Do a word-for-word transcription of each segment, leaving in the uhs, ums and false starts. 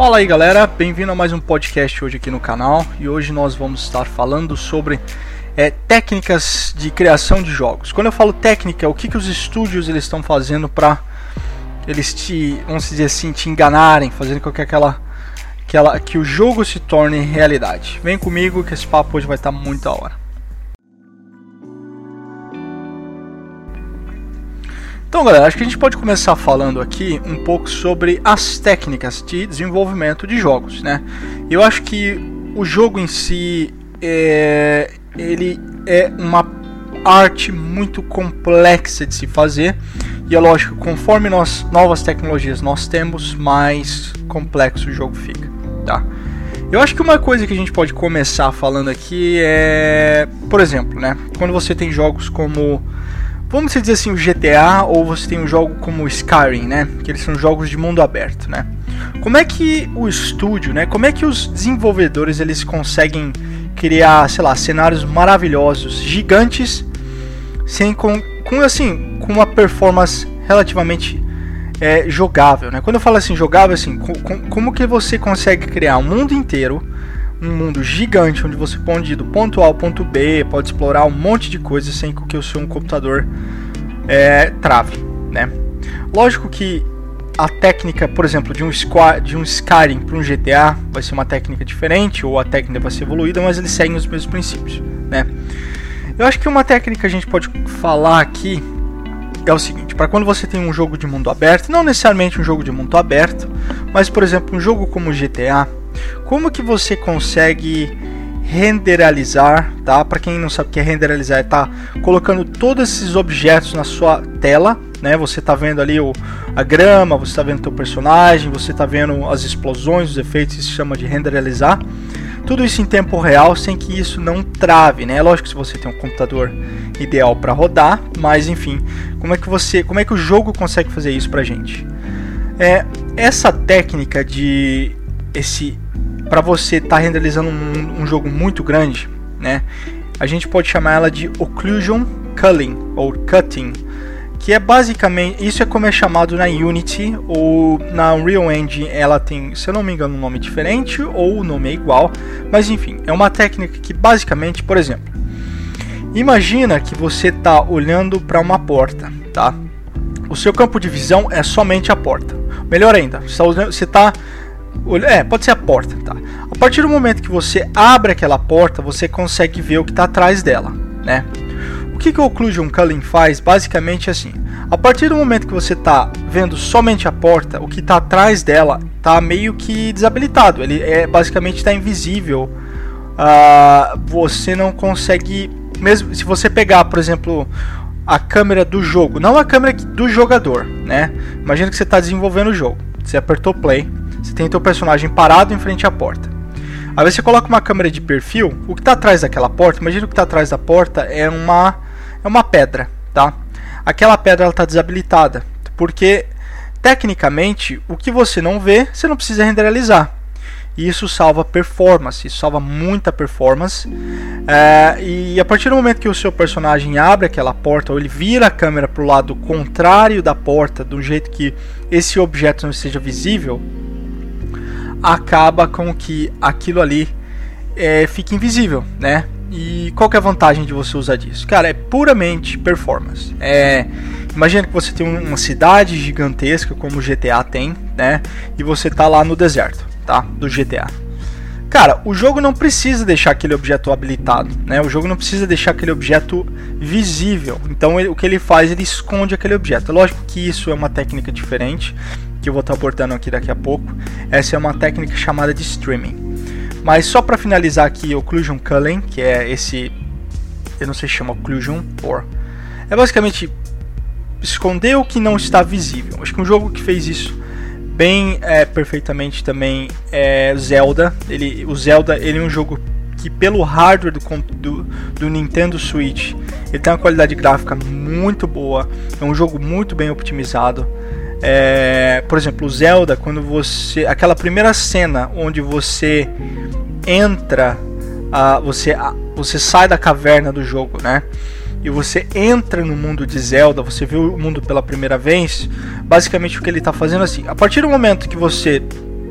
Fala aí galera, bem-vindo a mais um podcast hoje aqui no canal. E hoje nós vamos estar falando sobre é, técnicas de criação de jogos. Quando eu falo técnica, o que, que os estúdios eles estão fazendo para eles te, vamos dizer assim, te enganarem, fazendo com que aquela, aquela que o jogo se torne realidade. Vem comigo que esse papo hoje vai estar muito da hora. Então galera, acho que a gente pode começar falando aqui um pouco sobre as técnicas de desenvolvimento de jogos, né? Eu acho que o jogo em si é, ele é uma arte muito complexa de se fazer e é lógico, conforme nós, novas tecnologias nós temos, mais complexo o jogo fica, tá? Eu acho que uma coisa que a gente pode começar falando aqui é, por exemplo, né? Quando você tem jogos como, vamos dizer assim, o G T A, ou você tem um jogo como o Skyrim, né? Que eles são jogos de mundo aberto, né? Como é que o estúdio, né? Como é que os desenvolvedores eles conseguem criar, sei lá, cenários maravilhosos, gigantes, sem com, com assim, com uma performance relativamente é, jogável, né? Quando eu falo assim jogável, assim, com, com, como que você consegue criar um mundo inteiro, um mundo gigante onde você pode ir do ponto A ao ponto B, pode explorar um monte de coisas sem que o seu computador é, trave, né? Lógico que a técnica, por exemplo, de um, Squad, de um Skyrim para um G T A vai ser uma técnica diferente, ou a técnica vai ser evoluída, mas eles seguem os mesmos princípios, né? Eu acho que uma técnica que a gente pode falar aqui é o seguinte: para quando você tem um jogo de mundo aberto, não necessariamente um jogo de mundo aberto, mas por exemplo um jogo como o G T A, como que você consegue renderizar, tá? Para quem não sabe o que é renderizar, é tá colocando todos esses objetos na sua tela, né? Você tá vendo ali o, a grama, você tá vendo o teu personagem, você tá vendo as explosões, os efeitos, isso se chama de renderizar. Tudo isso em tempo real, sem que isso não trave, né? É lógico que se você tem um computador ideal para rodar, mas enfim, como é que você, como é que o jogo consegue fazer isso pra gente? É, essa técnica de esse para você estar tá renderizando um, um jogo muito grande, né? A gente pode chamar ela de occlusion culling ou cutting, que é basicamente, isso é como é chamado na Unity ou na Unreal Engine. Ela tem, se eu não me engano, um nome diferente ou o nome é igual, mas enfim, é uma técnica que basicamente, por exemplo, imagina que você está olhando para uma porta, tá? O seu campo de visão é somente a porta. Melhor ainda, você está É, pode ser a porta, tá? A partir do momento que você abre aquela porta, você consegue ver o que está atrás dela, né? O que, que o Occlusion Culling faz? Basicamente assim: a partir do momento que você está vendo somente a porta, o que está atrás dela está meio que desabilitado. Ele é basicamente está invisível. Uh, você não consegue, mesmo se você pegar, por exemplo, a câmera do jogo, não a câmera do jogador, né? Imagina que você está desenvolvendo o jogo, você apertou play. Você tem o teu personagem parado em frente à porta. Aí você coloca uma câmera de perfil. O que está atrás daquela porta, imagina o que está atrás da porta é uma, é uma pedra, tá? Aquela pedra está desabilitada, porque tecnicamente o que você não vê, você não precisa renderizar. E isso salva performance, isso salva muita performance. É, e a partir do momento que o seu personagem abre aquela porta, ou ele vira a câmera para o lado contrário da porta, do jeito que esse objeto não esteja visível, acaba com que aquilo ali é, fique invisível, né? E qual que é a vantagem de você usar disso? Cara, é puramente performance. É, imagina que você tem uma cidade gigantesca como o G T A tem, né? E você tá lá no deserto, tá? Do G T A. Cara, o jogo não precisa deixar aquele objeto habilitado, né? O jogo não precisa deixar aquele objeto visível. Então ele, o que ele faz, ele esconde aquele objeto. É lógico que isso é uma técnica diferente, que eu vou estar abordando aqui daqui a pouco. Essa é uma técnica chamada de streaming. Mas só para finalizar aqui, o Occlusion Culling, que é esse, eu não sei se chama Occlusion, or é basicamente esconder o que não está visível. Acho que um jogo que fez isso bem é, perfeitamente também é Zelda. Ele, o Zelda ele é um jogo que pelo hardware do, do, do Nintendo Switch, ele tem uma qualidade gráfica muito boa. É um jogo muito bem optimizado. É, por exemplo, o Zelda, quando você, aquela primeira cena onde você entra, uh, você, uh, você sai da caverna do jogo, né? E você entra no mundo de Zelda, você vê o mundo pela primeira vez. Basicamente o que ele está fazendo assim: a partir do momento que você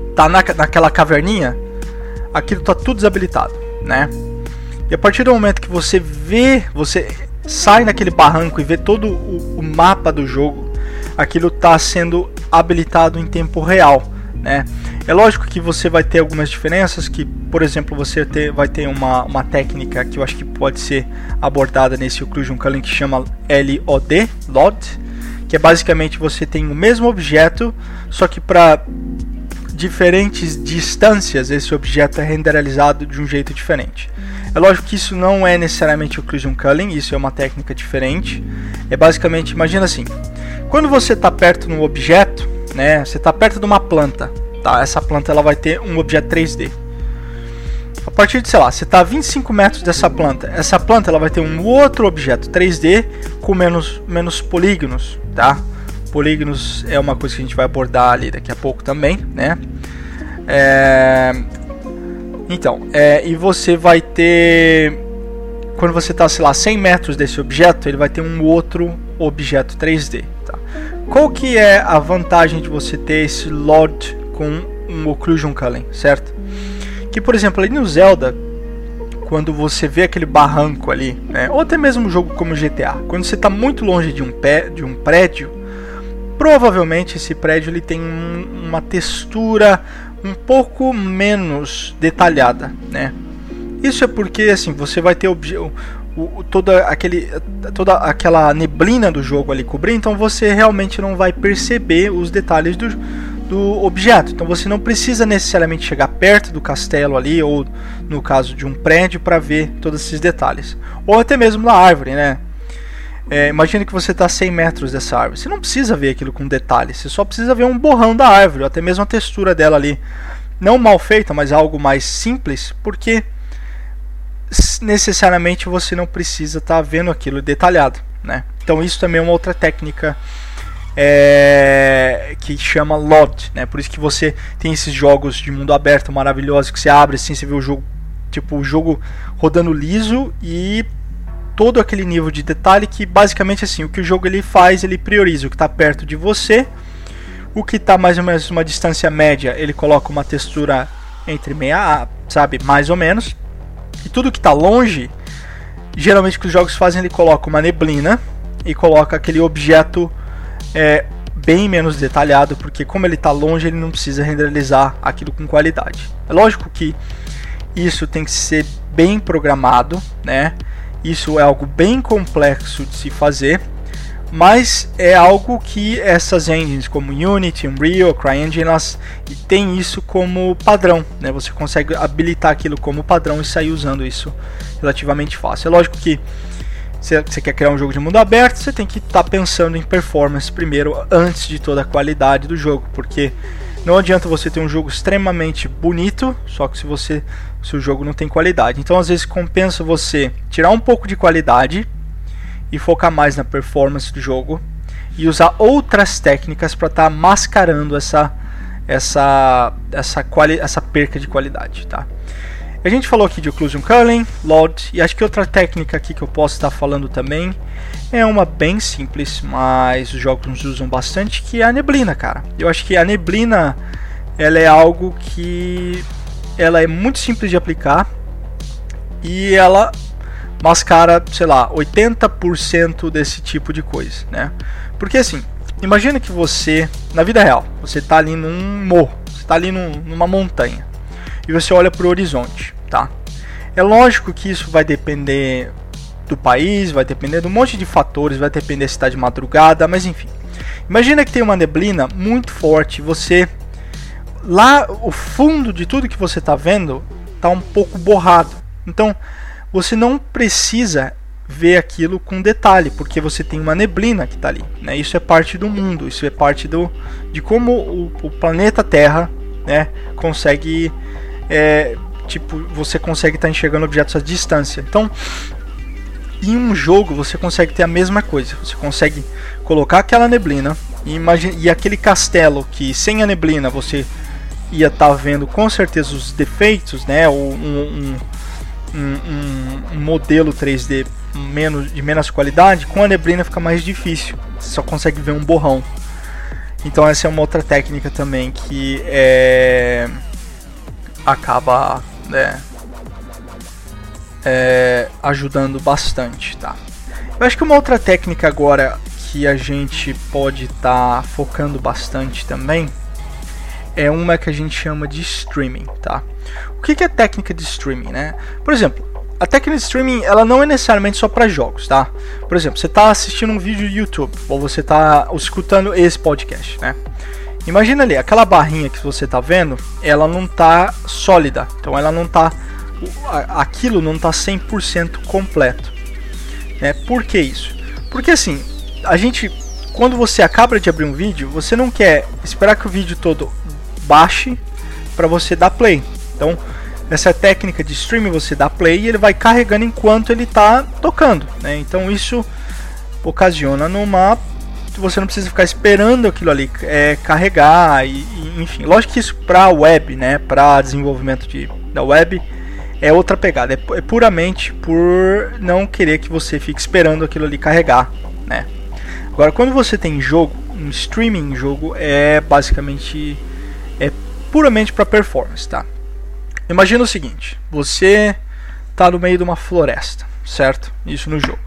tá na, naquela caverninha, aquilo tá tudo desabilitado, né? E a partir do momento que você vê, você sai naquele barranco e vê todo o, o mapa do jogo, aquilo está sendo habilitado em tempo real, né? É lógico que você vai ter algumas diferenças, que, por exemplo, você ter, vai ter uma, uma técnica que eu acho que pode ser abordada nesse Occlusion Culling, que chama L O D, L O D, que é basicamente você tem o mesmo objeto, só que para diferentes distâncias esse objeto é renderizado de um jeito diferente. É lógico que isso não é necessariamente Occlusion Culling, isso é uma técnica diferente. É basicamente, imagina assim, quando você está perto de um objeto, né, você está perto de uma planta, tá? Essa planta ela vai ter um objeto três D. A partir de, sei lá, você está a vinte e cinco metros dessa planta, essa planta ela vai ter um outro objeto três D com menos, menos polígonos, tá? Polígonos é uma coisa que a gente vai abordar ali daqui a pouco também, né? É... Então, é, e você vai ter, quando você está, sei lá, cem metros desse objeto, ele vai ter um outro objeto três D, tá? Qual que é a vantagem de você ter esse L O D com um Occlusion Culling, certo? Que, por exemplo, ali no Zelda, quando você vê aquele barranco ali, né, ou até mesmo um jogo como G T A, quando você está muito longe de um, pé, de um prédio, provavelmente esse prédio ele tem um, uma textura um pouco menos detalhada, né? Isso é porque assim você vai ter o, o, toda, aquele, toda aquela neblina do jogo ali cobrir, então você realmente não vai perceber os detalhes do, do objeto. Então você não precisa necessariamente chegar perto do castelo ali, ou no caso de um prédio, para ver todos esses detalhes. Ou até mesmo na árvore, né? É, imagina que você está a cem metros dessa árvore. Você não precisa ver aquilo com detalhes, você só precisa ver um borrão da árvore, ou até mesmo a textura dela ali. Não mal feita, mas algo mais simples, porque necessariamente você não precisa estar tá vendo aquilo detalhado, né? Então isso também é uma outra técnica é, que chama L O D, né? Por isso que você tem esses jogos de mundo aberto maravilhosos que você abre assim, você vê o jogo, tipo, o jogo rodando liso e todo aquele nível de detalhe que basicamente assim, o que o jogo ele faz, ele prioriza o que está perto de você, o que está mais ou menos uma distância média, ele coloca uma textura entre meia, sabe, mais ou menos, e tudo que está longe, geralmente o que os jogos fazem, ele coloca uma neblina e coloca aquele objeto é, bem menos detalhado, porque como ele está longe, ele não precisa renderizar aquilo com qualidade. É lógico que isso tem que ser bem programado, né? Isso é algo bem complexo de se fazer, mas é algo que essas engines como Unity, Unreal, CryEngine, elas têm isso como padrão, né? Você consegue habilitar aquilo como padrão e sair usando isso relativamente fácil. É lógico que se você quer criar um jogo de mundo aberto, você tem que estar tá pensando em performance primeiro, antes de toda a qualidade do jogo, porque não adianta você ter um jogo extremamente bonito, só que se você se o jogo não tem qualidade. Então às vezes compensa você tirar um pouco de qualidade e focar mais na performance do jogo e usar outras técnicas para estar tá mascarando essa essa essa, quali essa perca de qualidade, tá? A gente falou aqui de Occlusion Culling, L O D, e acho que outra técnica aqui que eu posso estar falando também é uma bem simples, mas os jogos nos usam bastante, que é a neblina, cara. Eu acho que a neblina ela é algo que ela é muito simples de aplicar e ela mascara, sei lá, oitenta por cento desse tipo de coisa, né? Porque assim, imagina que você, na vida real, você está ali num morro, você está ali num, numa montanha e você olha para o horizonte, tá? É lógico que isso vai depender do país, vai depender de um monte de fatores, vai depender se está de madrugada, mas enfim. Imagina que tem uma neblina muito forte, você lá, o fundo de tudo que você está vendo está um pouco borrado. Então, você não precisa ver aquilo com detalhe, porque você tem uma neblina que está ali, né? Isso é parte do mundo, isso é parte do, de como o, o planeta Terra, né, consegue, é, tipo, você consegue estar tá enxergando objetos à distância. Então, em um jogo você consegue ter a mesma coisa, você consegue colocar aquela neblina e, imagine, e aquele castelo que sem a neblina você ia estar tá vendo com certeza os defeitos, né, ou um, um, um, um modelo três D menos, de menos qualidade, com a neblina fica mais difícil, você só consegue ver um borrão. Então essa é uma outra técnica também que é, acaba, né, é, ajudando bastante, tá? Eu acho que uma outra técnica agora que a gente pode estar tá focando bastante também é uma que a gente chama de streaming, tá? O que é técnica de streaming, né? Por exemplo, a técnica de streaming, ela não é necessariamente só para jogos, tá? Por exemplo, você está assistindo um vídeo do YouTube ou você está escutando esse podcast, né? Imagina ali, aquela barrinha que você está vendo, ela não está sólida, então ela não está, aquilo não está cem por cento completo, né? Por que isso? Porque assim, a gente, quando você acaba de abrir um vídeo, você não quer esperar que o vídeo todo baixe para você dar play. Então, essa técnica de streaming, você dá play e ele vai carregando enquanto ele está tocando, né? Então isso ocasiona numa... você não precisa ficar esperando aquilo ali é, carregar, e, e, enfim. Lógico que isso para web, né? Para desenvolvimento de, da web é outra pegada. É, é puramente por não querer que você fique esperando aquilo ali carregar, né? Agora, quando você tem jogo, um streaming jogo é basicamente é puramente para performance, tá? Imagina o seguinte, você está no meio de uma floresta, certo? Isso no jogo.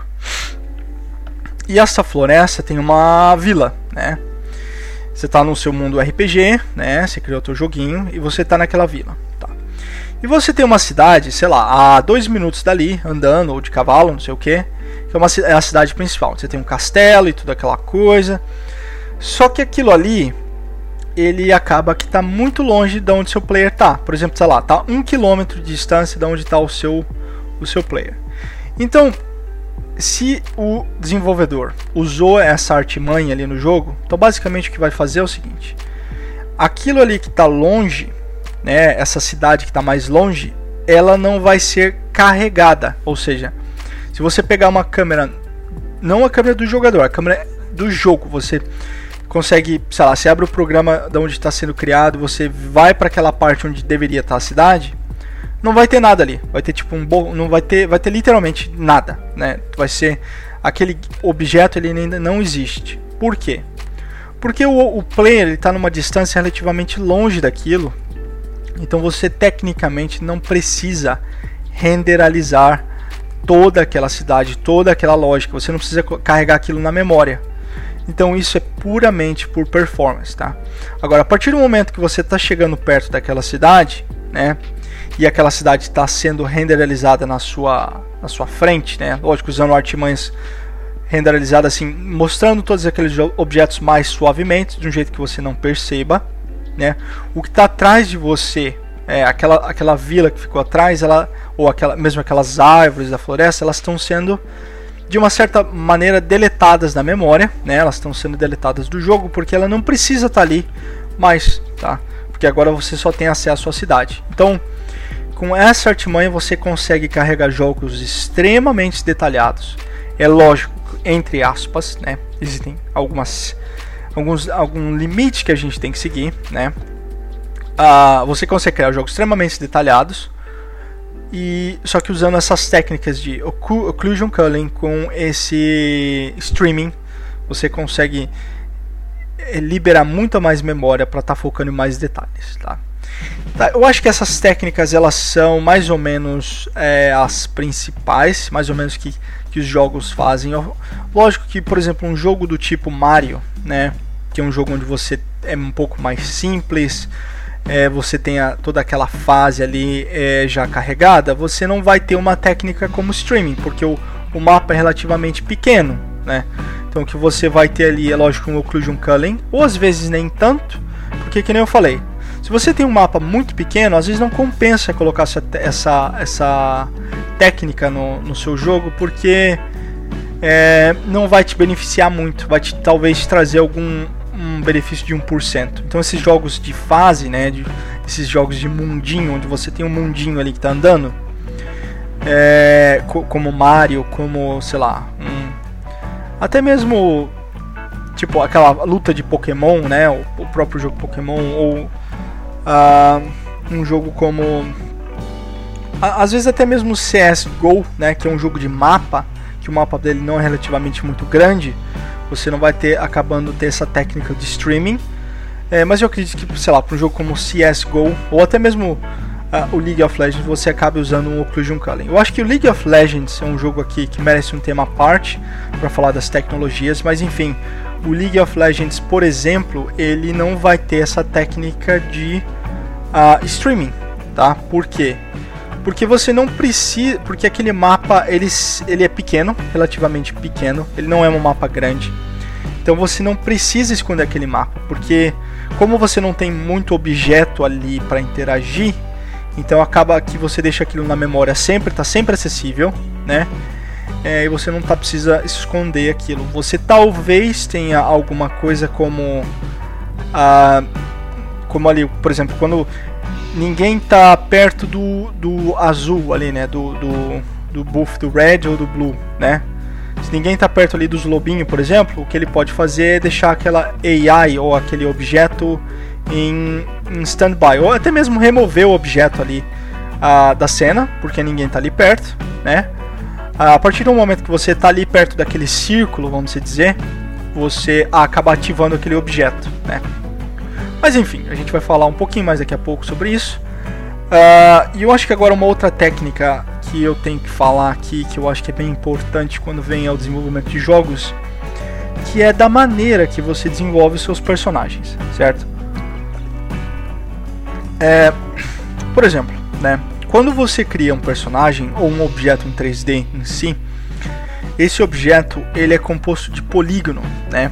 E essa floresta tem uma vila, né? Você está no seu mundo R P G, né? Você criou o seu joguinho e você está naquela vila, tá? E você tem uma cidade, sei lá, a dois minutos dali, andando, ou de cavalo, não sei o que, que é, uma, é a cidade principal. Você tem um castelo e tudo aquela coisa. Só que aquilo ali, ele acaba que está muito longe de onde seu player está. Por exemplo, sei lá, está um quilômetro de distância de onde está o seu, o seu player. Então, se o desenvolvedor usou essa artimanha ali no jogo, então basicamente o que vai fazer é o seguinte: aquilo ali que está longe, né, essa cidade que está mais longe, ela não vai ser carregada. Ou seja, se você pegar uma câmera, não a câmera do jogador, a câmera do jogo, você consegue, sei lá, você abre o programa de onde está sendo criado, você vai para aquela parte onde deveria estar a cidade, não vai ter nada ali, vai ter tipo um bo... não vai ter, vai ter literalmente nada, né? Vai ser aquele objeto, ele ainda não existe. Por quê? Porque o, o player está numa distância relativamente longe daquilo, então você tecnicamente não precisa renderizar toda aquela cidade, toda aquela lógica, você não precisa carregar aquilo na memória. Então isso é puramente por performance, tá? Agora, a partir do momento que você está chegando perto daquela cidade, né, e aquela cidade está sendo renderizada na sua, na sua frente, né, lógico, usando artimanhas renderizadas assim, mostrando todos aqueles objetos mais suavemente, de um jeito que você não perceba, né, o que está atrás de você, é, aquela, aquela vila que ficou atrás, ela, ou aquela, mesmo aquelas árvores da floresta, elas estão sendo de uma certa maneira deletadas da memória, né? Elas estão sendo deletadas do jogo porque ela não precisa estar ali mais, tá? Porque agora você só tem acesso à cidade. Então, com essa artimanha você consegue carregar jogos extremamente detalhados. É lógico, entre aspas, né? Existem algumas, alguns, algum limite que a gente tem que seguir, né? Ah, você consegue criar jogos extremamente detalhados. E, só que usando essas técnicas de occlusion culling com esse streaming, você consegue liberar muita mais memória para estar tá focando em mais detalhes, tá? Tá, eu acho que essas técnicas elas são mais ou menos é, as principais, mais ou menos que, que os jogos fazem. Lógico que, por exemplo, um jogo do tipo Mario, né, que é um jogo onde você é um pouco mais simples, É, você tem a, toda aquela fase ali é, já carregada, você não vai ter uma técnica como streaming, porque o, o mapa é relativamente pequeno, né? Então o que você vai ter ali é lógico um occlusion culling, ou às vezes nem tanto, porque que nem eu falei, se você tem um mapa muito pequeno, às vezes não compensa colocar essa, essa, essa técnica no, no seu jogo, porque é, não vai te beneficiar muito, vai te, talvez trazer algum um benefício de um por cento. Então esses jogos de fase, né, de, esses jogos de mundinho, onde você tem um mundinho ali que está andando, é, co como Mario, como, sei lá, um, até mesmo tipo aquela luta de Pokémon, né, o, o próprio jogo Pokémon, ou uh, um jogo como a, às vezes até mesmo C S G O, né, que é um jogo de mapa, que o mapa dele não é relativamente muito grande. você não vai ter acabando ter essa técnica de streaming, é, mas eu acredito que, sei lá, para um jogo como C S G O ou até mesmo uh, o League of Legends, você acabe usando um Occlusion Culling. Eu acho que o League of Legends é um jogo aqui que merece um tema à parte para falar das tecnologias, mas enfim, o League of Legends, por exemplo, ele não vai ter essa técnica de uh, streaming, tá? Por quê? Porque você não precisa, porque aquele mapa ele, ele é pequeno, relativamente pequeno, ele não é um mapa grande. Então você não precisa esconder aquele mapa, porque como você não tem muito objeto ali para interagir, então acaba que você deixa aquilo na memória sempre, está sempre acessível, né? É, e você não tá precisa esconder aquilo. Você talvez tenha alguma coisa como, ah, como ali, por exemplo, quando ninguém tá perto do, do azul ali, né, do, do, do buff do red ou do blue, né? Se ninguém tá perto ali dos lobinhos, por exemplo, o que ele pode fazer é deixar aquela A I ou aquele objeto em, em standby, ou até mesmo remover o objeto ali uh, da cena, porque ninguém tá ali perto, né? Uh, a partir do momento que você tá ali perto daquele círculo, vamos dizer, você acaba ativando aquele objeto, né? Mas enfim, a gente vai falar um pouquinho mais daqui a pouco sobre isso. Uh, e eu acho que agora uma outra técnica que eu tenho que falar aqui, que eu acho que é bem importante quando vem ao desenvolvimento de jogos, que é da maneira que você desenvolve os seus personagens, certo? É, por exemplo, né, quando você cria um personagem ou um objeto em três D em si, esse objeto ele é composto de polígono, né?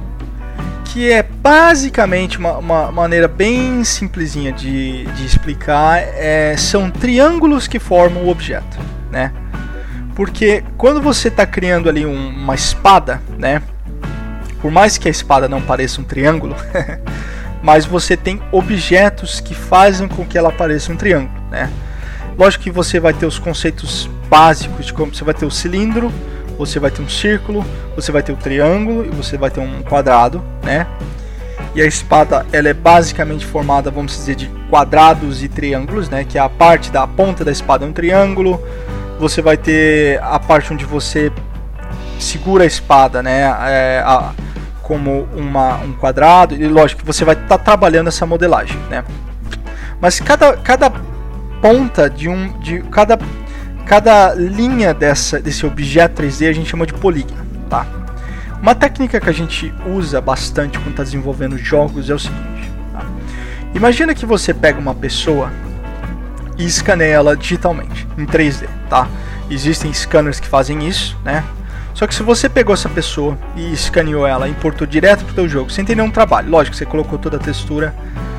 Que é basicamente uma, uma maneira bem simplesinha de, de explicar, é, são triângulos que formam o objeto, né? Porque quando você está criando ali um, uma espada, né? Por mais que a espada não pareça um triângulo, mas você tem objetos que fazem com que ela pareça um triângulo, né? Lógico que você vai ter os conceitos básicos de como você vai ter o cilindro, você vai ter um círculo, você vai ter o triângulo e você vai ter um quadrado, né? E a espada ela é basicamente formada, vamos dizer, de quadrados e triângulos, né? Que é a parte da ponta da espada é um triângulo. Você vai ter a parte onde você segura a espada, né? É, a, como uma, um quadrado. E lógico que você vai estar tá trabalhando essa modelagem, né? Mas cada, cada ponta de um, de cada Cada linha dessa, desse objeto três D a gente chama de polígono, tá? Uma técnica que a gente usa bastante quando está desenvolvendo jogos é o seguinte, tá? Imagina que você pega uma pessoa e escaneia ela digitalmente, em três D, tá? Existem scanners que fazem isso, né? Só que se você pegou essa pessoa e escaneou ela e importou direto para o teu jogo, sem ter nenhum trabalho, lógico, você colocou toda a textura,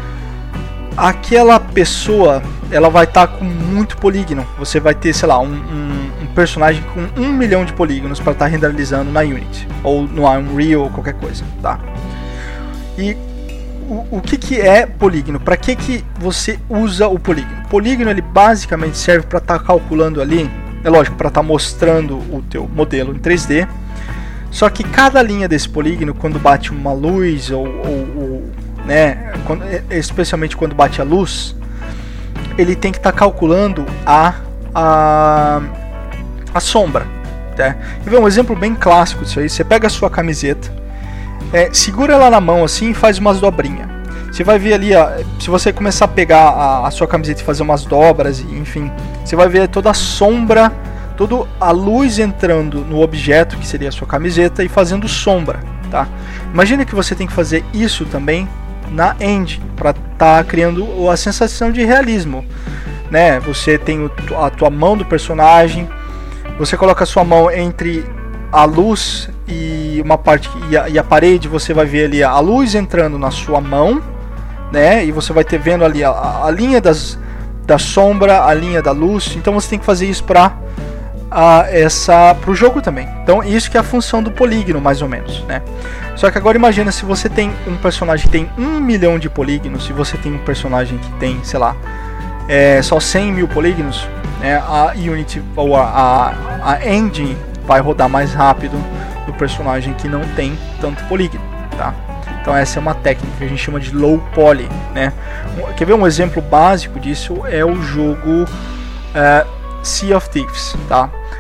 aquela pessoa ela vai estar tá com muito polígono. Você vai ter, sei lá, um, um, um personagem com um milhão de polígonos para estar tá renderizando na Unity ou no Unreal ou qualquer coisa, tá? E o, o que, que é polígono? Para que, que você usa o polígono? O polígono ele basicamente serve para estar tá calculando ali, é lógico, para estar tá mostrando o teu modelo em três D. Só que cada linha desse polígono, quando bate uma luz ou, ou, ou né, quando, especialmente quando bate a luz, ele tem que estar tá calculando a, a, a sombra, tá? E um exemplo bem clássico disso aí, você pega a sua camiseta, é, segura ela na mão assim e faz umas dobrinhas. Você vai ver ali, ó, se você começar a pegar a, a sua camiseta e fazer umas dobras, enfim, você vai ver toda a sombra, toda a luz entrando no objeto, que seria a sua camiseta, e fazendo sombra, tá? Imagina que você tem que fazer isso também na engine, para estar tá criando a sensação de realismo, né? Você tem o, a tua mão do personagem, você coloca a sua mão entre a luz e uma parte e a, e a parede, você vai ver ali a luz entrando na sua mão, né? E você vai ter vendo ali a, a linha das, da sombra, a linha da luz. Então você tem que fazer isso para a essa para o jogo também. Então isso que é a função do polígono, mais ou menos, né? Só que agora imagina se você tem um personagem que tem um milhão de polígonos, se você tem um personagem que tem, sei lá, é, só cem mil polígonos, né? A Unity ou a, a, a engine vai rodar mais rápido do personagem que não tem tanto polígono, tá? Então essa é uma técnica que a gente chama de low poly, né? Quer ver um exemplo básico disso? É o jogo uh, Sea of Thieves, tá?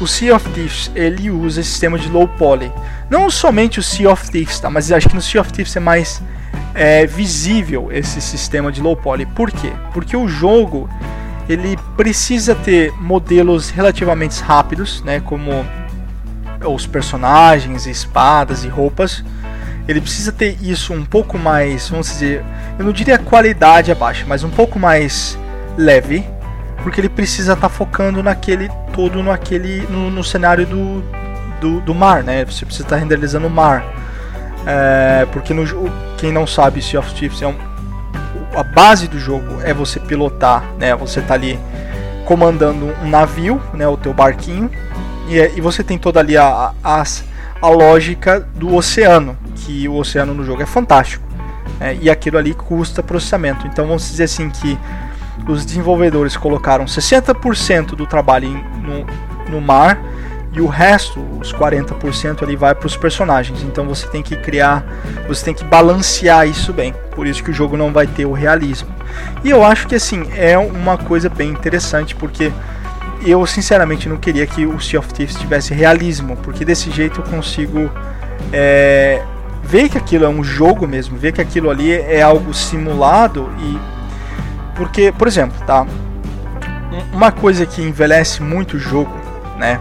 o Sea of Thieves ele usa esse sistema de low poly. Não somente o Sea of Thieves, tá? Mas acho que no Sea of Thieves é mais é, visível esse sistema de low poly. Por quê? Porque o jogo ele precisa ter modelos relativamente rápidos, né? Como os personagens, espadas e roupas. Ele precisa ter isso um pouco mais, vamos dizer, eu não diria qualidade abaixo, mas um pouco mais leve, porque ele precisa estar tá focando naquele todo naquele no, no cenário do, do, do mar, né? Você precisa estar tá renderizando o mar, é, porque no, quem não sabe, Sea of Thieves é um, a base do jogo é você pilotar, né? Você tá ali comandando um navio, né? O teu barquinho, e, e você tem toda ali a, a, as a lógica do oceano, que o oceano no jogo é fantástico, né? E aquilo ali custa processamento. Então vamos dizer assim que os desenvolvedores colocaram sessenta por cento do trabalho no, no mar e o resto, os quarenta por cento ali vai para os personagens. Então você tem que criar, você tem que balancear isso bem. Por isso que o jogo não vai ter o realismo. E eu acho que assim é uma coisa bem interessante, porque eu sinceramente não queria que o Sea of Thieves tivesse realismo, porque desse jeito eu consigo é, ver que aquilo é um jogo mesmo, ver que aquilo ali é algo simulado. E porque, por exemplo, tá, uma coisa que envelhece muito o jogo, né,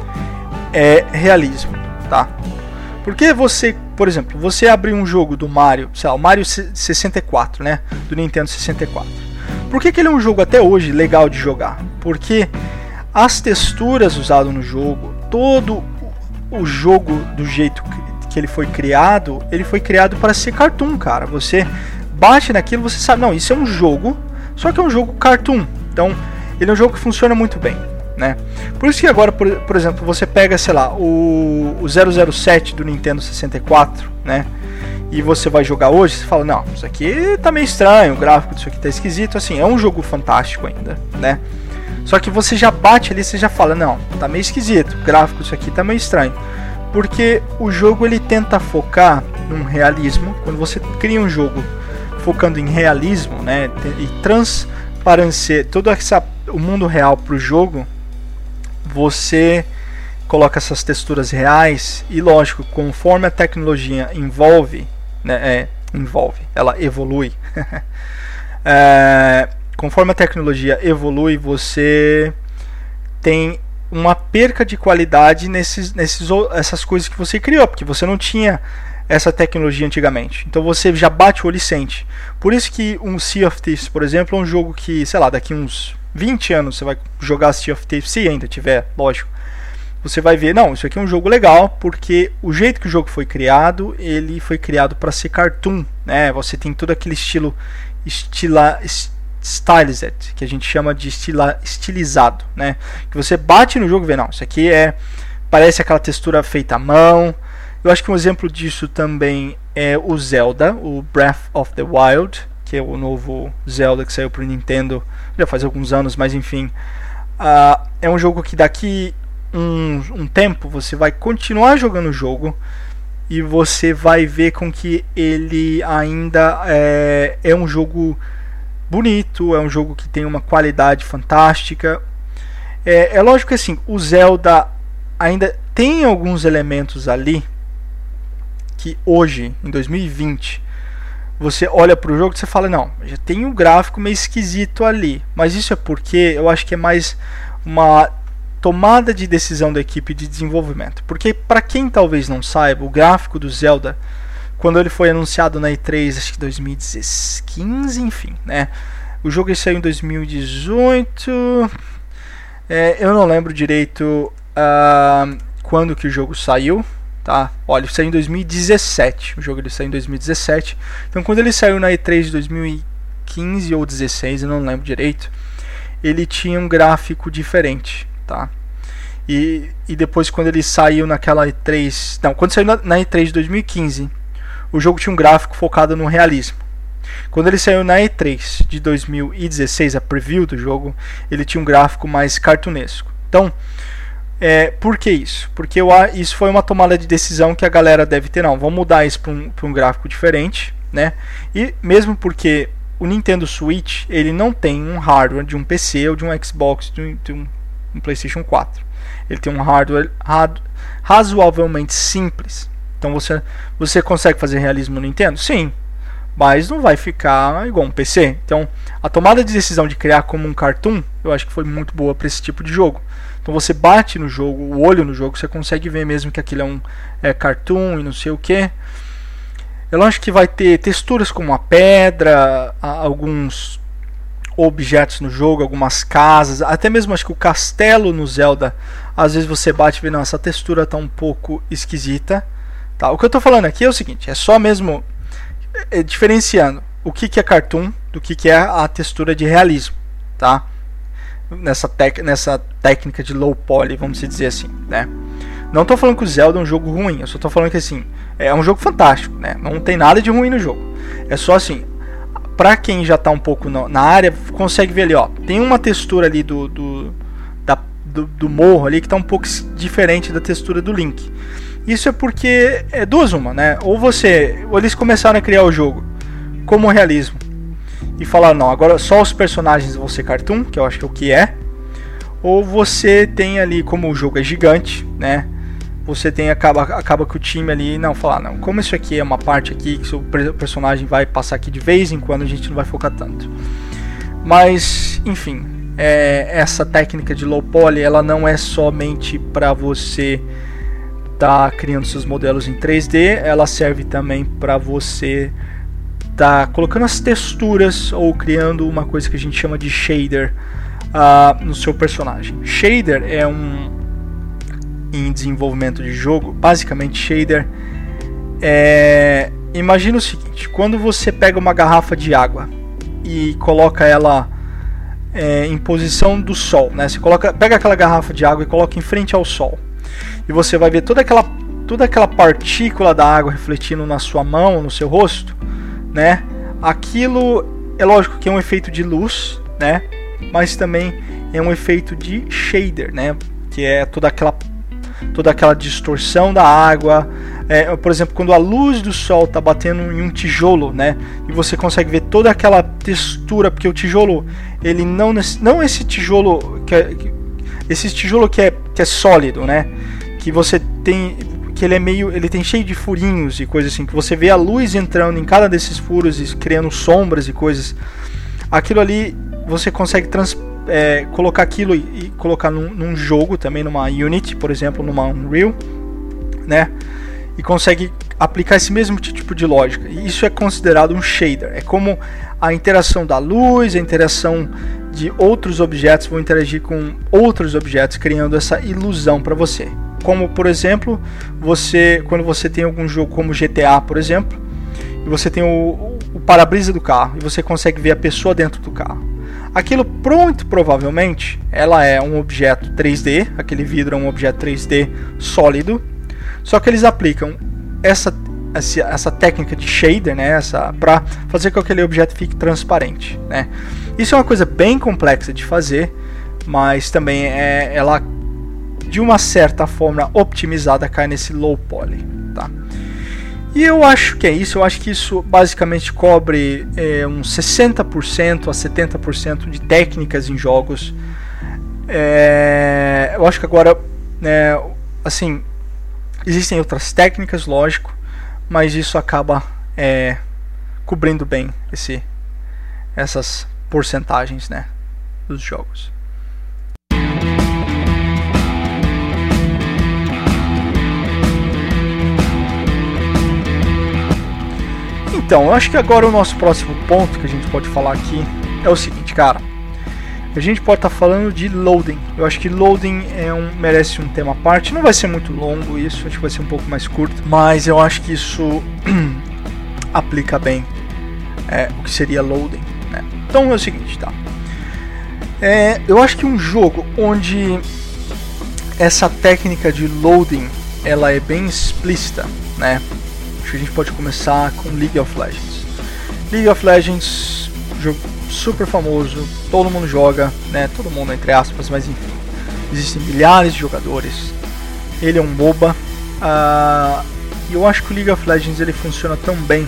é realismo, tá? Porque você, por exemplo, você abrir um jogo do Mario, sei lá, o Mario sessenta e quatro, né, do Nintendo sessenta e quatro. Por que que ele é um jogo até hoje legal de jogar? Porque as texturas usadas no jogo, todo o jogo do jeito que ele foi criado, ele foi criado para ser cartoon, cara. Você bate naquilo, você sabe, não, isso é um jogo, só que é um jogo cartoon. Então, ele é um jogo que funciona muito bem, né? Por isso que agora, por, por exemplo, você pega, sei lá, o, o zero zero sete do Nintendo sessenta e quatro, né? E você vai jogar hoje, você fala, não, isso aqui tá meio estranho, o gráfico disso aqui tá esquisito. Assim, é um jogo fantástico ainda, né? Só que você já bate ali, você já fala, não, tá meio esquisito, o gráfico disso aqui tá meio estranho. Porque o jogo ele tenta focar num realismo. Quando você cria um jogo focando em realismo, né, e transparecer todo essa, o mundo real pro jogo, você coloca essas texturas reais e, lógico, conforme a tecnologia envolve, né, é, envolve, ela evolui. é, Conforme a tecnologia evolui, você tem uma perca de qualidade nesses, nesses, essas coisas que você criou, porque você não tinha essa tecnologia antigamente. Então você já bate o olho e sente. Por isso que um Sea of Thieves, por exemplo, é um jogo que, sei lá, daqui uns vinte anos você vai jogar Sea of Thieves, se ainda tiver, lógico. Você vai ver, não, isso aqui é um jogo legal, porque o jeito que o jogo foi criado, ele foi criado para ser cartoon, né? Você tem todo aquele estilo estila, stylized, que a gente chama de estila, estilizado, né? Que você bate no jogo e vê, não, isso aqui é, parece aquela textura feita à mão. Eu acho que um exemplo disso também é o Zelda, o Breath of the Wild, que é o novo Zelda que saiu para o Nintendo já faz alguns anos, mas enfim, uh, é um jogo que daqui um, um tempo você vai continuar jogando o jogo e você vai ver com que ele ainda é, é um jogo bonito, é um jogo que tem uma qualidade fantástica. É, é lógico que assim, o Zelda ainda tem alguns elementos ali que hoje, em dois mil e vinte, você olha para o jogo e você fala, não, já tem um gráfico meio esquisito ali. Mas isso é porque eu acho que é mais uma tomada de decisão da equipe de desenvolvimento. Porque para quem talvez não saiba, o gráfico do Zelda, quando ele foi anunciado na E três, acho que dois mil e quinze, enfim, né? O jogo ele saiu em dois mil e dezoito, é, eu não lembro direito uh, quando que o jogo saiu, tá? Olha, ele saiu em dois mil e dezessete, o jogo ele saiu em dois mil e dezessete, então quando ele saiu na E três de dois mil e quinze ou dezesseis, eu não lembro direito, ele tinha um gráfico diferente, tá? E, e depois quando ele saiu naquela E três, não, quando saiu na, na E três de dois mil e quinze, o jogo tinha um gráfico focado no realismo. Quando ele saiu na E três de dois mil e dezesseis, a preview do jogo, ele tinha um gráfico mais cartunesco. Então, é, por que isso? Porque eu, isso foi uma tomada de decisão que a galera deve ter, não, vamos mudar isso para um, um gráfico diferente, né? E mesmo porque o Nintendo Switch, ele não tem um hardware de um P C ou de um Xbox, de um, de um, um PlayStation quatro. ele tem um hardware razoavelmente simples. Então você, você consegue fazer realismo no Nintendo? Sim, mas não vai ficar igual um P C. Então a tomada de decisão de criar como um cartoon, eu acho que foi muito boa para esse tipo de jogo. Então você bate no jogo, o olho no jogo, você consegue ver mesmo que aquilo é um é, cartoon e não sei o que. Eu acho que vai ter texturas como a pedra, alguns objetos no jogo, algumas casas, até mesmo acho que o castelo no Zelda, às vezes você bate e vê, não, essa textura tá um pouco esquisita. Tá? O que eu tô falando aqui é o seguinte, é só mesmo é, diferenciando o que, que é cartoon do que, que é a textura de realismo, tá? Nessa, tec nessa técnica de low poly, vamos dizer assim, né? Não tô falando que o Zelda é um jogo ruim, eu só tô falando que assim, é um jogo fantástico, né? Não tem nada de ruim no jogo. É só assim, pra quem já tá um pouco no, na área, consegue ver ali, ó, tem uma textura ali do do, da, do do morro ali que tá um pouco diferente da textura do Link. Isso é porque é duas uma, né? Ou você, ou eles começaram a criar o jogo como realismo e falaram, não, agora só os personagens vão ser cartoon, que eu acho que é o que é. Ou você tem ali, como o jogo é gigante, né? Você tem, acaba, acaba que o time ali, não, falar, não, como isso aqui é uma parte aqui, que o personagem vai passar aqui de vez em quando, a gente não vai focar tanto. Mas, enfim, é, essa técnica de low poly, ela não é somente para você tá criando seus modelos em três D, ela serve também para você tá colocando as texturas ou criando uma coisa que a gente chama de shader uh, no seu personagem. Shader é um, em desenvolvimento de jogo, basicamente shader é, imagina o seguinte, quando você pega uma garrafa de água e coloca ela é, em posição do sol, né? Você coloca, pega aquela garrafa de água e coloca em frente ao sol, e você vai ver toda aquela, toda aquela partícula da água refletindo na sua mão, no seu rosto, né? Aquilo é lógico que é um efeito de luz, né? Mas também é um efeito de shader, né? Que é toda aquela, toda aquela distorção da água. É, por exemplo, quando a luz do sol está batendo em um tijolo, né? E você consegue ver toda aquela textura, porque o tijolo, ele não, não esse tijolo que é, esse tijolo que é, que é sólido, né? Que você tem, que ele é meio, ele tem cheio de furinhos e coisas assim, que você vê a luz entrando em cada desses furos e criando sombras e coisas. Aquilo ali você consegue trans, é, colocar aquilo e, e colocar num, num jogo também, numa Unity, por exemplo, numa Unreal, né? E consegue aplicar esse mesmo tipo de lógica. E isso é considerado um shader. É como a interação da luz, a interação de outros objetos vão interagir com outros objetos, criando essa ilusão para você. Como, por exemplo, você, quando você tem algum jogo como G T A, por exemplo, e você tem o, o para-brisa do carro e você consegue ver a pessoa dentro do carro. Aquilo, muito provavelmente, ela é um objeto três D, aquele vidro é um objeto três D sólido, só que eles aplicam essa, essa, essa técnica de shader, né, para fazer com que aquele objeto fique transparente, né. Isso é uma coisa bem complexa de fazer, mas também é, ela, de uma certa forma optimizada, cai nesse low poly, tá? E eu acho que é isso, eu acho que isso basicamente cobre é, uns sessenta por cento a setenta por cento de técnicas em jogos. É, eu acho que agora, é, assim, existem outras técnicas, lógico, mas isso acaba é, cobrindo bem esse, essas porcentagens, né, dos jogos. Então, eu acho que agora o nosso próximo ponto que a gente pode falar aqui é o seguinte, cara. A gente pode estar tá falando de loading. Eu acho que loading é um, merece um tema à parte. Não vai ser muito longo isso, acho que vai ser um pouco mais curto. Mas eu acho que isso aplica bem é, o que seria loading, né? Então é o seguinte, tá? É, eu acho que um jogo onde essa técnica de loading ela é bem explícita, né? Acho que a gente pode começar com League of Legends. League of Legends, jogo super famoso, todo mundo joga, né? Todo mundo entre aspas, mas enfim, existem milhares de jogadores. Ele é um MOBA. Uh, e eu acho que o League of Legends ele funciona tão bem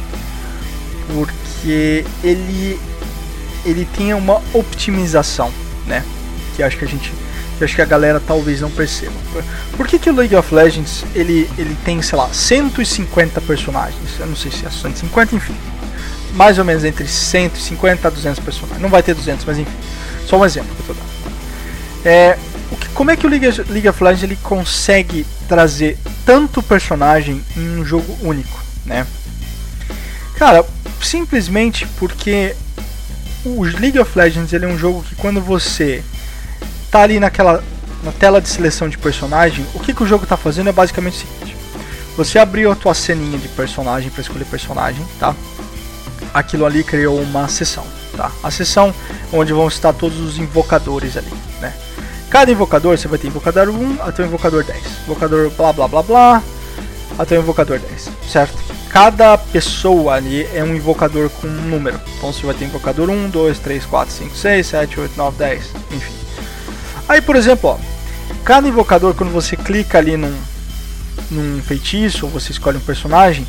porque ele ele tem uma optimização, né? Que acho que a gente que eu acho que a galera talvez não perceba. Por que que o League of Legends ele, ele tem, sei lá, cento e cinquenta personagens? Eu não sei se é cento e cinquenta, enfim. Mais ou menos entre cento e cinquenta a duzentos personagens. Não vai ter duzentos, mas enfim. Só um exemplo que eu tô dando. É, o que, como é que o League, League of Legends ele consegue trazer tanto personagem em um jogo único, né? Cara, simplesmente porque o League of Legends ele é um jogo que quando você tá ali naquela na tela de seleção de personagem, o que, que o jogo tá fazendo é basicamente o seguinte: você abriu a tua ceninha de personagem para escolher personagem, tá? Aquilo ali criou uma seção, tá? A seção onde vão estar todos os invocadores ali, né? Cada invocador, você vai ter invocador um até o invocador dez, invocador blá blá blá blá até o invocador dez, certo? Cada pessoa ali é um invocador com um número. Então você vai ter invocador um, dois, três, quatro, cinco, seis, sete, oito, nove, dez, enfim. Aí, por exemplo, ó, cada invocador, quando você clica ali num, num feitiço, ou você escolhe um personagem,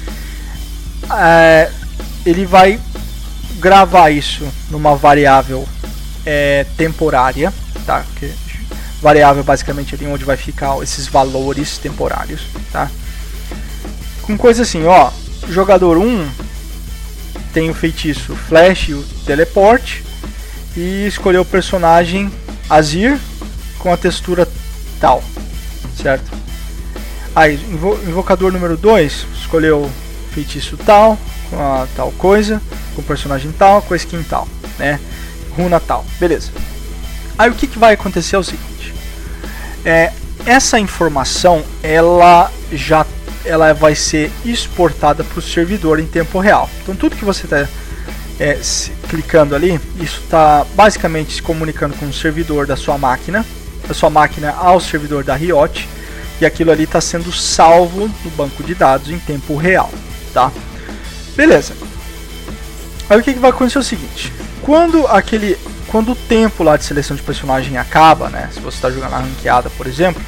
é, ele vai gravar isso numa variável é, temporária, tá? Que, variável basicamente ali onde vai ficar esses valores temporários, tá? Com coisa assim, ó, jogador um tem o feitiço Flash e o Teleport e escolheu o personagem Azir com a textura tal, certo? Aí, invo invocador número dois escolheu feitiço tal, com a tal coisa, com o personagem tal, com a skin tal, né? Runa tal, beleza. Aí o que, que vai acontecer é o seguinte, é, essa informação ela já ela vai ser exportada para o servidor em tempo real. Então tudo que você está é, clicando ali, isso está basicamente se comunicando com o servidor da sua máquina, da sua máquina ao servidor da Riot, e aquilo ali está sendo salvo no banco de dados em tempo real, tá? Beleza. Aí o que, que vai acontecer é o seguinte: quando aquele, quando o tempo lá de seleção de personagem acaba, né? Se você está jogando a ranqueada, por exemplo,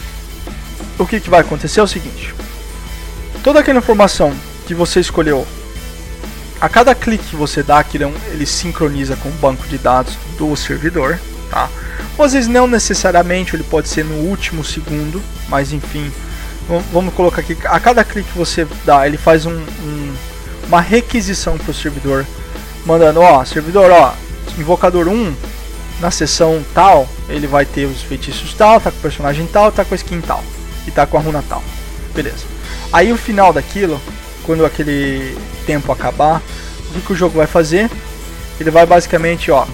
o que, que vai acontecer é o seguinte: toda aquela informação que você escolheu, a cada clique que você dá, aquilo ele sincroniza com o banco de dados do servidor, tá? Ou às vezes não necessariamente, ele pode ser no último segundo, mas enfim, vamos colocar aqui, a cada clique que você dá, ele faz um, um, uma requisição para o servidor, mandando, ó, servidor, ó, invocador um, na seção tal, ele vai ter os feitiços tal, tá com o personagem tal, tá com a skin tal, e tá com a runa tal, beleza. Aí o final daquilo, quando aquele tempo acabar, o que, que o jogo vai fazer? Ele vai basicamente, ó,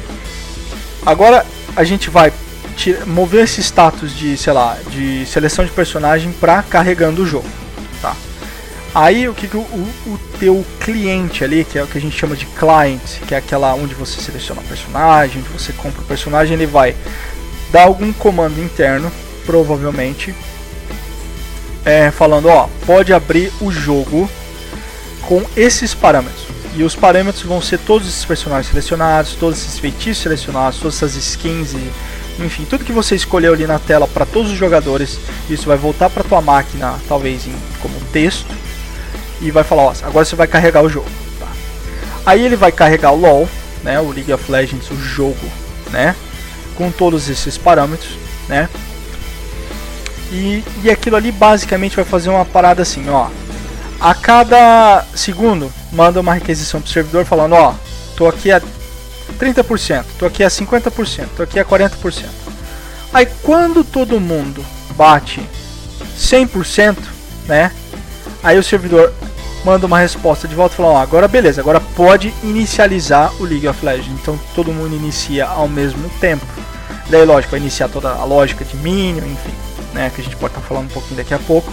agora a gente vai tira, mover esse status de, sei lá, de seleção de personagem para carregando o jogo, tá? Aí o que, que o, o, o teu cliente ali, que é o que a gente chama de client, que é aquela onde você seleciona o personagem, onde você compra o personagem, ele vai dar algum comando interno, provavelmente, É, falando, ó, pode abrir o jogo com esses parâmetros. E os parâmetros vão ser todos esses personagens selecionados, todos esses feitiços selecionados, todas essas skins, e, enfim, tudo que você escolheu ali na tela para todos os jogadores. Isso vai voltar para tua máquina, talvez em, como texto, e vai falar, ó, agora você vai carregar o jogo. Tá? Aí ele vai carregar o LoL, né, o League of Legends, o jogo, né, com todos esses parâmetros, né. E, e aquilo ali basicamente vai fazer uma parada assim, ó. A cada segundo manda uma requisição pro servidor falando, ó, tô aqui a trinta por cento, tô aqui a cinquenta por cento, tô aqui a quarenta por cento. Aí quando todo mundo bate cem por cento, né? Aí o servidor manda uma resposta de volta falando, ó, agora beleza, agora pode inicializar o League of Legends. Então todo mundo inicia ao mesmo tempo. Daí lógico, vai iniciar toda a lógica de minion, enfim. Né, que a gente pode estar falando um pouquinho daqui a pouco.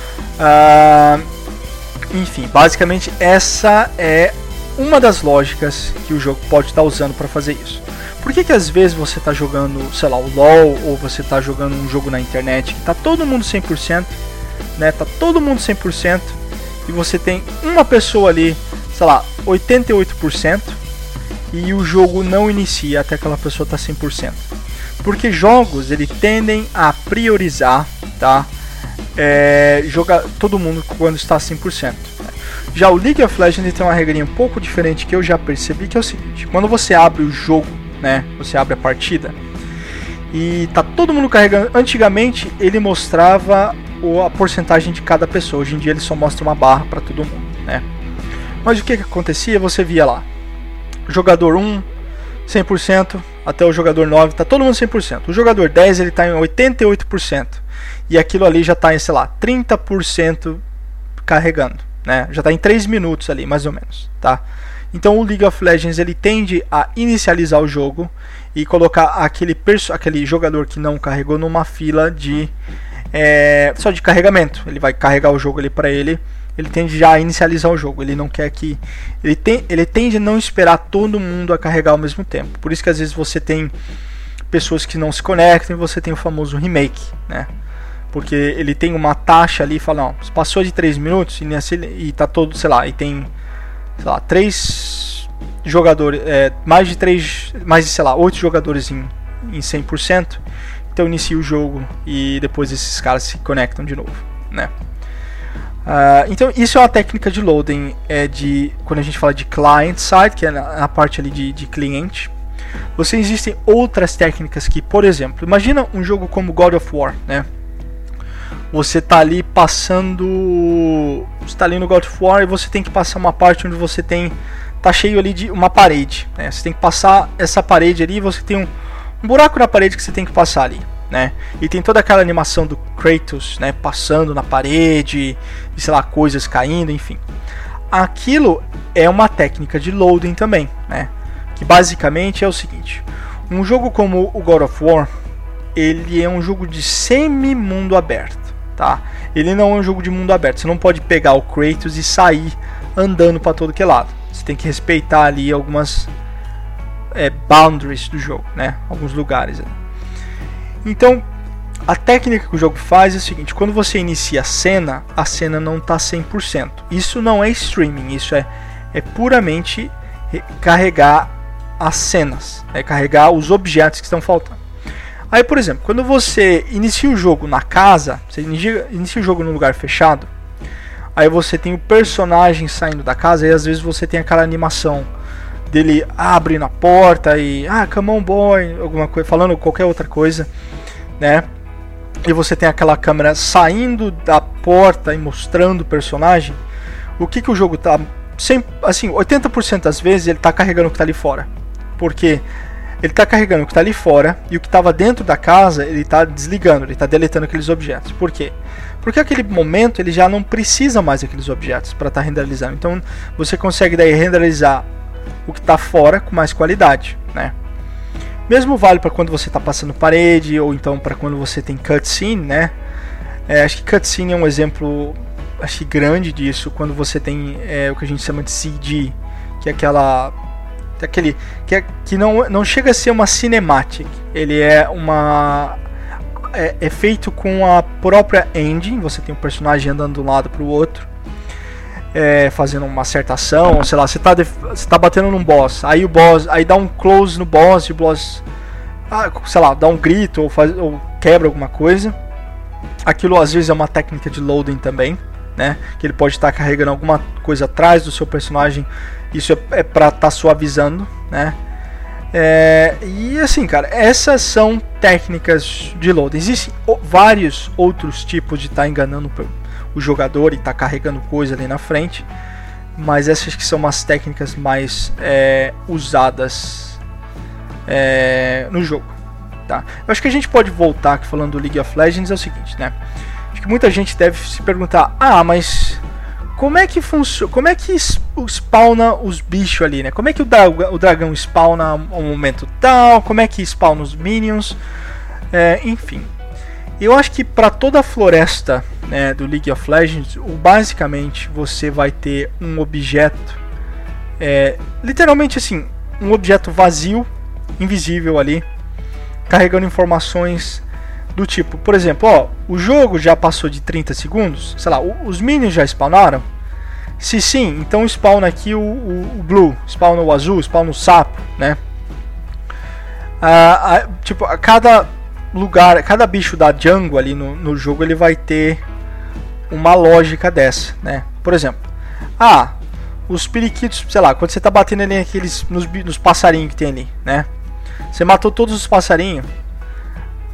Uh, enfim, basicamente essa é uma das lógicas que o jogo pode estar usando para fazer isso. Por que que às vezes você está jogando, sei lá, o LoL, ou você está jogando um jogo na internet que tá todo mundo cem por cento, né, tá todo mundo cem por cento, e você tem uma pessoa ali, sei lá, oitenta e oito por cento, e o jogo não inicia até aquela pessoa tá cem por cento. Porque jogos, ele tendem a priorizar, tá? É, jogar todo mundo quando está cem por cento. Já o League of Legends tem uma regrinha um pouco diferente que eu já percebi, que é o seguinte: quando você abre o jogo, né? Você abre a partida, e tá todo mundo carregando. Antigamente ele mostrava a porcentagem de cada pessoa, hoje em dia ele só mostra uma barra para todo mundo, né? Mas o que que acontecia? Você via lá, jogador um, cem por cento, até o jogador nove, tá todo mundo cem por cento. O jogador dez, ele tá em oitenta e oito por cento. E aquilo ali já tá em, sei lá, trinta por cento carregando, né? Já tá em três minutos ali, mais ou menos, tá? Então o League of Legends, ele tende a inicializar o jogo e colocar aquele, aquele jogador que não carregou numa fila de é, só de carregamento. Ele vai carregar o jogo ali para ele. Ele tende já a inicializar o jogo. Ele não quer que ele tem, ele tende a não esperar todo mundo a carregar ao mesmo tempo. Por isso que às vezes você tem pessoas que não se conectam e você tem o famoso remake, né? Porque ele tem uma taxa ali e fala, não, passou de três minutos e, e tá todo, sei lá, e tem, sei lá, três jogadores, é, mais de três, mais de, sei lá, oito jogadores em, em cem por cento. Então inicia o jogo e depois esses caras se conectam de novo, né? Uh, então isso é uma técnica de loading, é de, quando a gente fala de client side, que é na, na parte ali de, de cliente. Você existem outras técnicas que, por exemplo, imagina um jogo como God of War, né? Você tá ali passando, você tá ali no God of War e você tem que passar uma parte onde você tem, tá cheio ali de uma parede, né? Você tem que passar essa parede ali e você tem um, um buraco na parede que você tem que passar ali, né? E tem toda aquela animação do Kratos, né, passando na parede, e, sei lá, coisas caindo, enfim. Aquilo é uma técnica de loading também, né? Que basicamente é o seguinte: um jogo como o God of War, ele é um jogo de semi-mundo aberto, tá? Ele não é um jogo de mundo aberto. Você não pode pegar o Kratos e sair andando para todo que lado. Você tem que respeitar ali algumas é, boundaries do jogo, né? Alguns lugares ali. Então, a técnica que o jogo faz é o seguinte: quando você inicia a cena, a cena não está cem por cento. Isso não é streaming, isso é, é puramente carregar as cenas, é carregar os objetos que estão faltando. Aí, por exemplo, quando você inicia o jogo na casa, você inicia, inicia o jogo num lugar fechado, aí você tem o personagem saindo da casa e às vezes você tem aquela animação dele abrindo a porta e ah, come on boy, alguma coisa, falando qualquer outra coisa, né? E você tem aquela câmera saindo da porta e mostrando o personagem. O que que o jogo tá sempre, assim, oitenta por cento das vezes ele tá carregando o que tá ali fora. Porque ele tá carregando o que tá ali fora e o que estava dentro da casa, ele tá desligando, ele tá deletando aqueles objetos. Por quê? Porque aquele momento ele já não precisa mais daqueles objetos para estar tá renderizando. Então você consegue daí renderizar o que está fora com mais qualidade, né? Mesmo vale para quando você está passando parede ou então para quando você tem cutscene, né? É, acho que cutscene é um exemplo, acho que grande disso, quando você tem é, o que a gente chama de C G, que é aquela, que, é aquele, que, é, que não, não chega a ser uma cinematic, ele é uma é, é feito com a própria engine. Você tem um personagem andando de um lado para o outro. É, fazendo uma certa ação, sei lá, você tá, você tá batendo num boss, aí o boss, aí dá um close no boss e o boss, ah, sei lá, dá um grito ou, faz, ou quebra alguma coisa. Aquilo às vezes é uma técnica de loading também, né? Que ele pode estar carregando alguma coisa atrás do seu personagem, isso é, é pra estar tá suavizando, né? É, e assim, cara, essas são técnicas de loading. Existem vários outros tipos de estar tá enganando o jogador e tá carregando coisa ali na frente, mas essas que são umas técnicas mais é, usadas é, no jogo, tá? Eu acho que a gente pode voltar aqui falando do League of Legends é o seguinte, né? Acho que muita gente deve se perguntar: ah, mas como é que funciona? Como é que spawna os bichos ali, né? Como é que o, dra o dragão spawna um momento tal? Como é que spawna os minions? É, enfim. Eu acho que para toda a floresta, né, do League of Legends, basicamente você vai ter um objeto, é, literalmente assim, um objeto vazio, invisível ali, carregando informações do tipo, por exemplo, ó, o jogo já passou de trinta segundos, sei lá, os minions já spawnaram? Se sim, então spawna aqui o, o, o blue, spawna o azul, spawna o sapo, né? Ah, a, tipo, a cada lugar, cada bicho da jungle ali no, no jogo, ele vai ter uma lógica dessa, né? Por exemplo, ah, os periquitos, sei lá, quando você tá batendo ali naqueles, nos, nos passarinhos que tem ali, né? Você matou todos os passarinhos,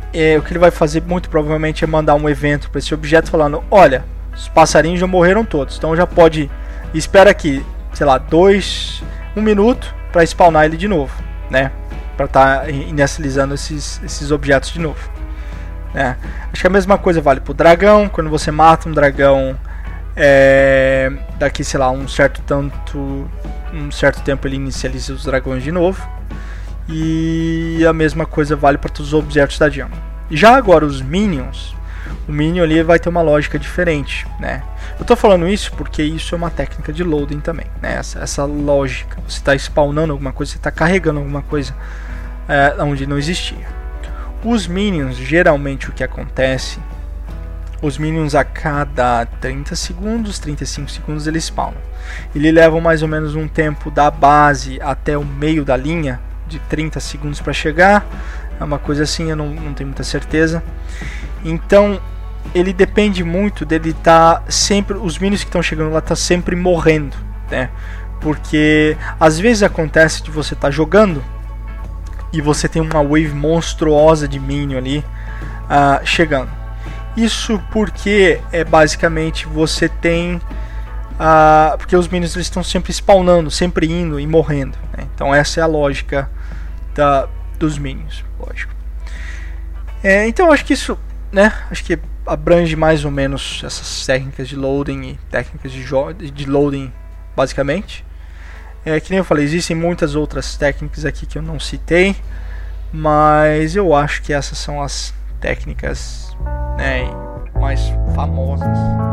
é, o que ele vai fazer muito provavelmente é mandar um evento para esse objeto falando, olha, os passarinhos já morreram todos, então já pode, espera aqui, sei lá, dois, um minuto para spawnar ele de novo, né? Para estar tá inicializando esses, esses objetos de novo. Né? Acho que a mesma coisa vale para o dragão. Quando você mata um dragão, é, daqui, sei lá, um certo tanto, um certo tempo ele inicializa os dragões de novo. E a mesma coisa vale para todos os objetos da jungle. Já agora os minions, o minion ali vai ter uma lógica diferente, né? Eu tô falando isso porque isso é uma técnica de loading também, né? Essa, essa lógica, você está spawnando alguma coisa, você está carregando alguma coisa é, onde não existia. Os minions, geralmente o que acontece, os minions a cada trinta segundos, trinta e cinco segundos eles spawnam. Eles levam mais ou menos um tempo da base até o meio da linha, de trinta segundos para chegar, é uma coisa assim, eu não, não tenho muita certeza. Então ele depende muito dele estar tá sempre, os minions que estão chegando lá estão tá sempre morrendo, né? Porque às vezes acontece de você estar tá jogando e você tem uma wave monstruosa de minion ali uh, chegando. Isso porque é basicamente você tem uh, porque os minions eles estão sempre spawnando, sempre indo e morrendo, né? Então essa é a lógica da, dos minions, lógico. É, então acho que isso, né? Acho que abrange mais ou menos essas técnicas de loading e técnicas de, de loading basicamente. É, que nem eu falei, existem muitas outras técnicas aqui que eu não citei, mas eu acho que essas são as técnicas, né, mais famosas.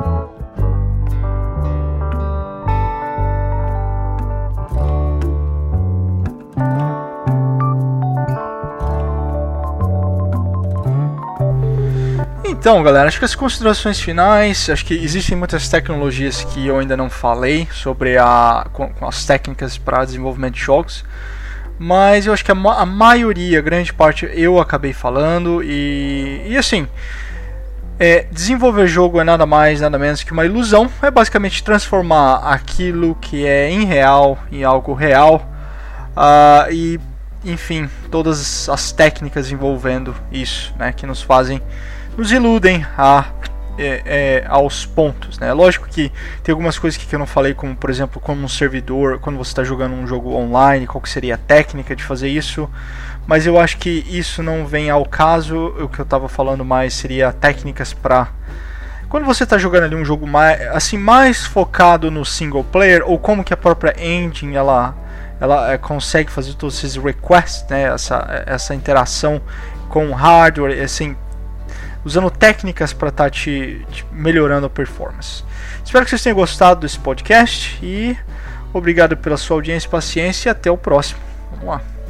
Então, galera, acho que as considerações finais, acho que existem muitas tecnologias que eu ainda não falei sobre a, com, com as técnicas para desenvolvimento de jogos, mas eu acho que a, a maioria, grande parte, eu acabei falando e, e assim, é, desenvolver jogo é nada mais, nada menos que uma ilusão, é basicamente transformar aquilo que é irreal em algo real uh, e, enfim, todas as técnicas envolvendo isso, né, que nos fazem nos iludem a, é, é, aos pontos, né? Lógico que tem algumas coisas que eu não falei, como por exemplo, como um servidor, quando você está jogando um jogo online, qual que seria a técnica de fazer isso, mas eu acho que isso não vem ao caso. O que eu estava falando mais seria técnicas para quando você está jogando ali um jogo mais, assim, mais focado no single player, ou como que a própria engine ela, ela é, consegue fazer todos esses requests, né? Essa, essa interação com o hardware, assim, usando técnicas para estar tá te, te melhorando a performance. Espero que vocês tenham gostado desse podcast e obrigado pela sua audiência e paciência e até o próximo. Vamos lá.